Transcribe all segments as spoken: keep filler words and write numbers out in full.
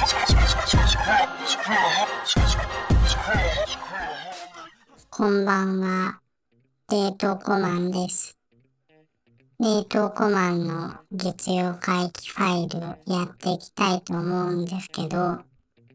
こんばんは、冷凍コマンです。冷凍コマンの月曜回帰ファイルやっていきたいと思うんですけど、あ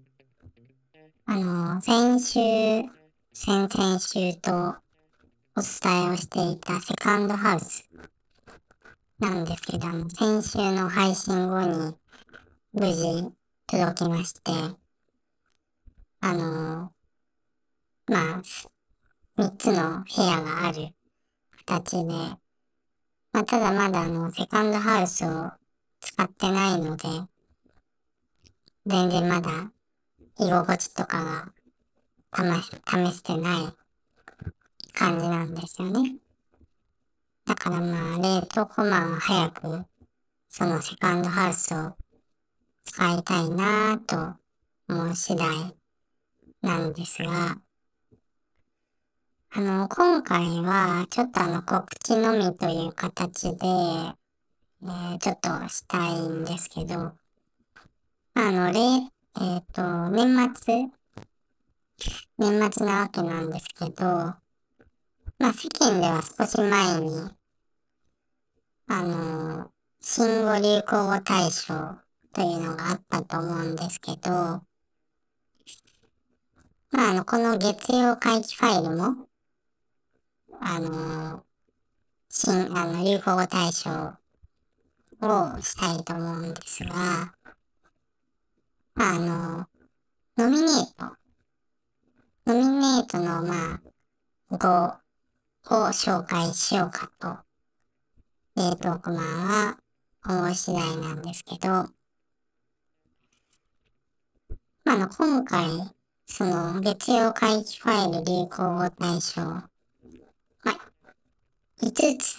の、先週、先々週とお伝えをしていたセカンドハウスなんですけど、あの先週の配信後に無事届きまして、あの、まあ、みっつの部屋がある形で、まあ、ただまだあの、セカンドハウスを使ってないので、全然まだ居心地とかが試し、試してない感じなんですよね。だからまあ、冷凍コマは早くそのセカンドハウスを使いたいなぁと思う次第なんですが、あの、今回はちょっとあの告知のみという形で、えー、ちょっとしたいんですけど、あの、れえっと、年末、年末なわけなんですけど、まあ世間では少し前に、あの、新語・流行語大賞というのがあったと思うんですけど、まああの、この月曜回帰ファイルも、あの、新、あの、流行語大賞をしたいと思うんですが、あの、ノミネート、ノミネートの、まあ、語を紹介しようかと、冷凍コマは思う次第なんですけど、まあ、あの、今回、その、月曜回帰ファイル流行語大賞、まあ、いつつ、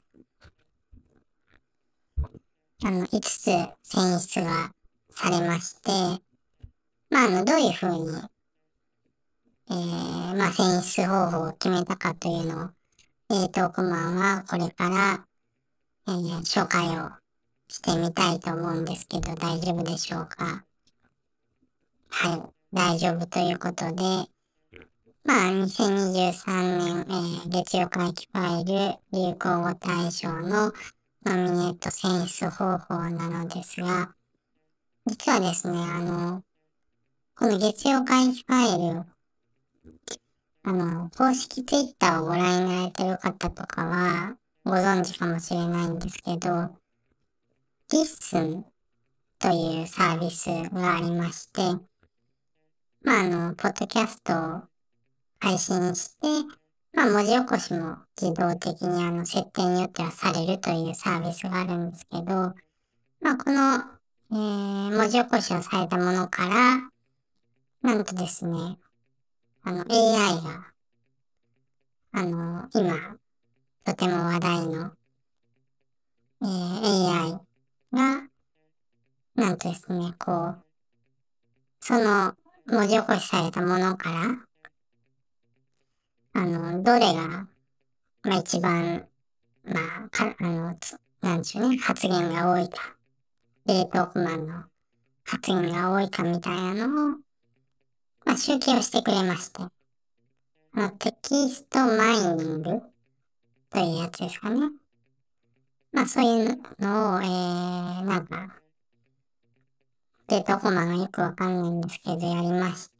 あの、いつつ選出がされまして、まあ、あの、どういうふうに、えー、まあ、選出方法を決めたかというのを、冷凍コマンはこれから、えー、紹介をしてみたいと思うんですけど、大丈夫でしょうか？はい、大丈夫ということで、まあ、にせんにじゅうさんねん、えー、月曜回帰ファイル流行語大賞のノミネート選出方法なのですが、実はですね、あの、この月曜回帰ファイル、あの、公式ツイッターをご覧になられてる方とかはご存知かもしれないんですけど、リッスンというサービスがありまして、まあ、あの、ポッドキャストを配信して、まあ、文字起こしも自動的にあの、設定によってはされるというサービスがあるんですけど、まあ、この、えー、文字起こしをされたものから、なんとですね、あの、エーアイ が、あの、今、とても話題の、えー、エーアイ が、なんとですね、こう、その文字起こしされたものから、あの、どれが、まあ一番、まあ、か、あの、つなんちゅうね、発言が多いか、冷凍コマンの発言が多いかみたいなのを、まあ、集計をしてくれまして、あの、テキストマイニングというやつですかね。まあ、そういうのを、えー、なんか、冷凍コマンがよくわかんないんですけど、やりまして、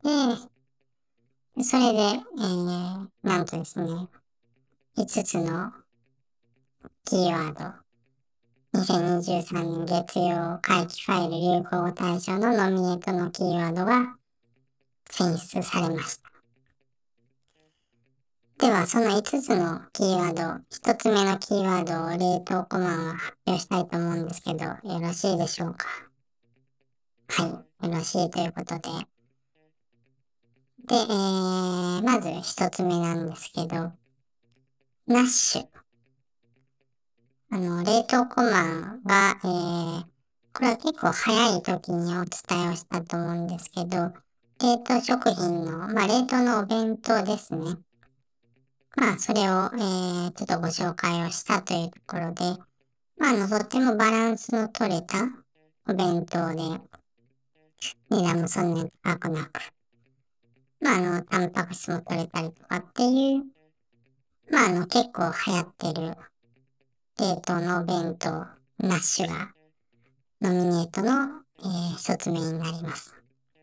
それで、えー、なんとですね、いつつのキーワード、にせんにじゅうさんねん月曜回帰ファイル流行語大賞のノミネートのキーワードが選出されました。では、そのいつつのキーワード、ひとつめのキーワードを冷凍コマンは発表したいと思うんですけど、よろしいでしょうか？はい、よろしいということで。で、えー、まずひとつめなんですけど、ナッシュ。あの、冷凍コマンが、えー、これは結構早い時にお伝えをしたと思うんですけど、冷凍食品の、まあ、冷凍のお弁当ですね。まあ、それを、えー、ちょっとご紹介をしたというところで、まあ、あの、とってもバランスの取れたお弁当で、 値段もそんなに高くなく、まあ、あの、タンパク質も取れたりとかっていう、まあ、あの、結構流行ってる冷凍のお弁当、ナッシュがノミネートの、えー、一つ目になります。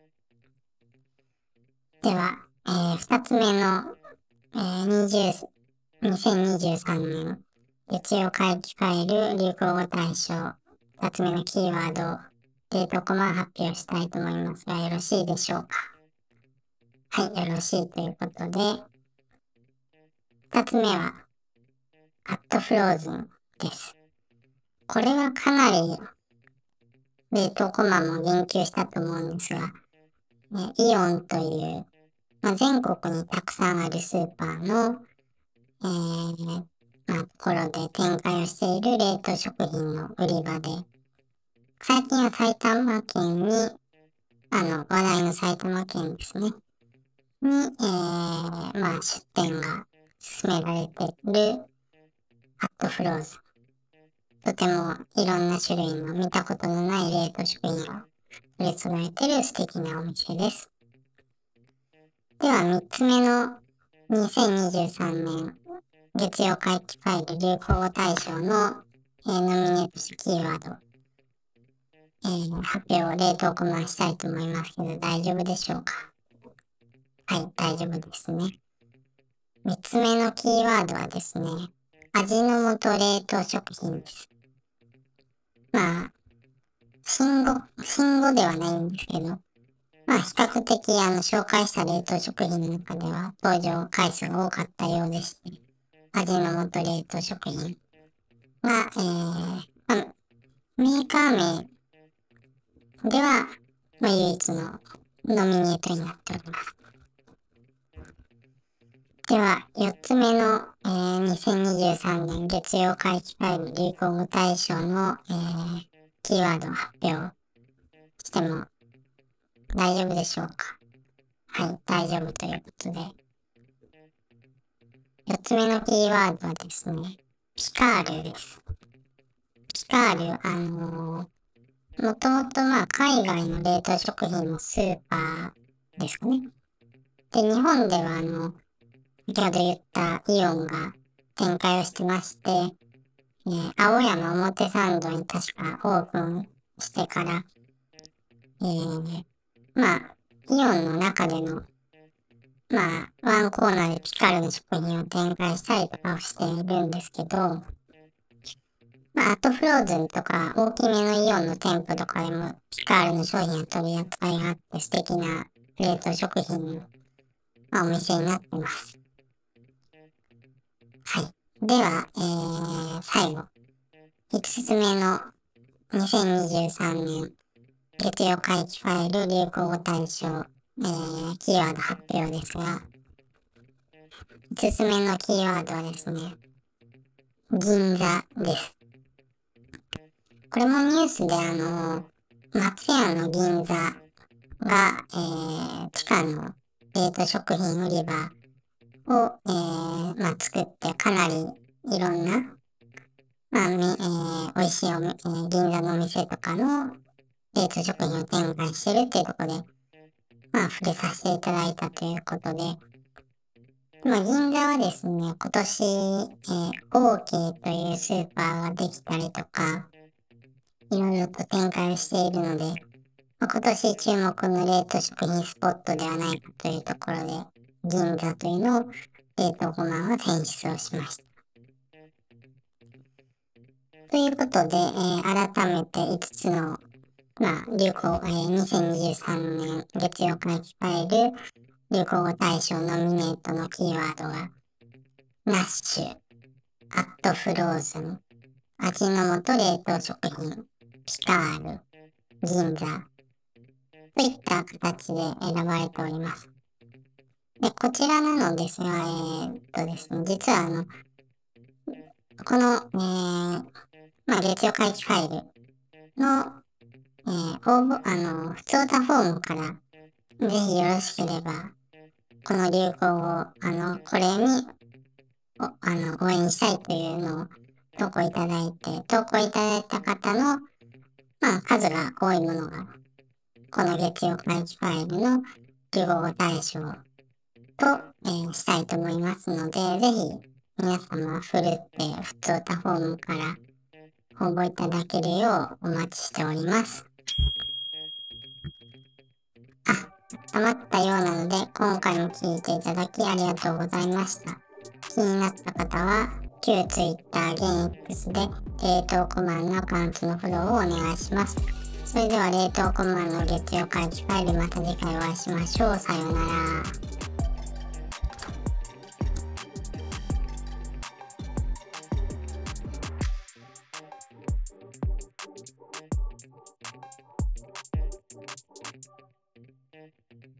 では、えー、二つ目の、えー、にじゅう、にせんにじゅうさんねん月曜回帰ファイル流行語大賞、二つ目のキーワード、冷凍コマ発表したいと思いますが、よろしいでしょうか。はい、よろしいということで、二つ目は、アットフローズンです。これはかなり冷凍コマも言及したと思うんですが、ね、イオンという、まあ、全国にたくさんあるスーパーの、えーまあ、ところで展開をしている冷凍食品の売り場で、最近は埼玉県に、あの、話題の埼玉県ですね、に、えー、まあ、出店が進められているアットフローズン。とてもいろんな種類の見たことのない冷凍食品を取り揃えている素敵なお店です。ではみっつめのにせんにじゅうさんねん月曜回帰ファイル流行語大賞の、えー、ノミネートしたキーワード、えー、発表を冷凍コマしたいと思いますけど大丈夫でしょうか。はい、大丈夫ですね。みっつめのキーワードはですね、味の素冷凍食品です。まあ、新語、新語ではないんですけど、まあ比較的あの紹介した冷凍食品の中では登場回数が多かったようでして、味の素冷凍食品が、えーまあ、メーカー名では、まあ、唯一のノミネートになっております。では、よっつめの、えー、にせんにじゅうさんねん月曜回帰ファイル流行語大賞の、えー、キーワードを発表しても大丈夫でしょうか。はい、大丈夫ということで。よっつめのキーワードはですね、ピカールです。ピカール、あのー、もともとまあ海外の冷凍食品のスーパーですかね。で、日本ではあの、先ほど言ったイオンが展開をしてまして、えー、青山表参道に確かオープンしてから、えー、まあ、イオンの中での、まあ、ワンコーナーでピカールの食品を展開したりとかをしているんですけど、まあ、あとフローズンとか大きめのイオンの店舗とかでもピカールの商品を取り扱いがあって素敵な冷凍食品の、まあ、お店になってます。はい。では、えー、最後。いつつめのにせんにじゅうさんねん月曜回帰ファイル流行語大賞、えー、キーワード発表ですが、いつつめのキーワードはですね、銀座です。これもニュースであの、松屋の銀座が、えー、地下の冷凍食品売り場を、えー、まあ、作ってかなりいろんな、まあ、みえー、美味しいおみ、えー、銀座のお店とかの冷凍食品を展開してるっていうところで、まあ、触れさせていただいたということで、まあ、銀座はですね、今年、えー、オーケーというスーパーができたりとか、いろいろと展開をしているので、まあ、今年注目の冷凍食品スポットではないかというところで、銀座というのを冷凍コマンは選出をしました。ということで、えー、改めていつつの、まあ、流行、えー、にせんにじゅうさんねん月曜回帰ファイル流行語大賞ノミネートのキーワードは、ナッシュ、アットフローズン、味の素冷凍食品、ピカール、銀座といった形で選ばれております。で、こちらなのですが、えー、っとですね、実はあの、この、えー、まあ、月曜回帰ファイルの、えー、応募、あの、普通オタフォームから、ぜひよろしければ、この流行を、あの、これに、お、あの、応援したいというのを投稿いただいて、投稿いただいた方の、まあ、数が多いものが、 この月曜会議ファイルの記号対象と、えーしたいと思いますので、ぜひ皆様ふるってふつおたフォームから応募いただけるようお待ちしております。あ、溜まったようなので、今回も聞いていただきありがとうございました。気になった方は、旧 Twitter、現 X で冷凍コマンのアカウントのフォローをお願いします。それでは冷凍コマンの月曜会議ファイルまた次回お会いしましょう。さようなら。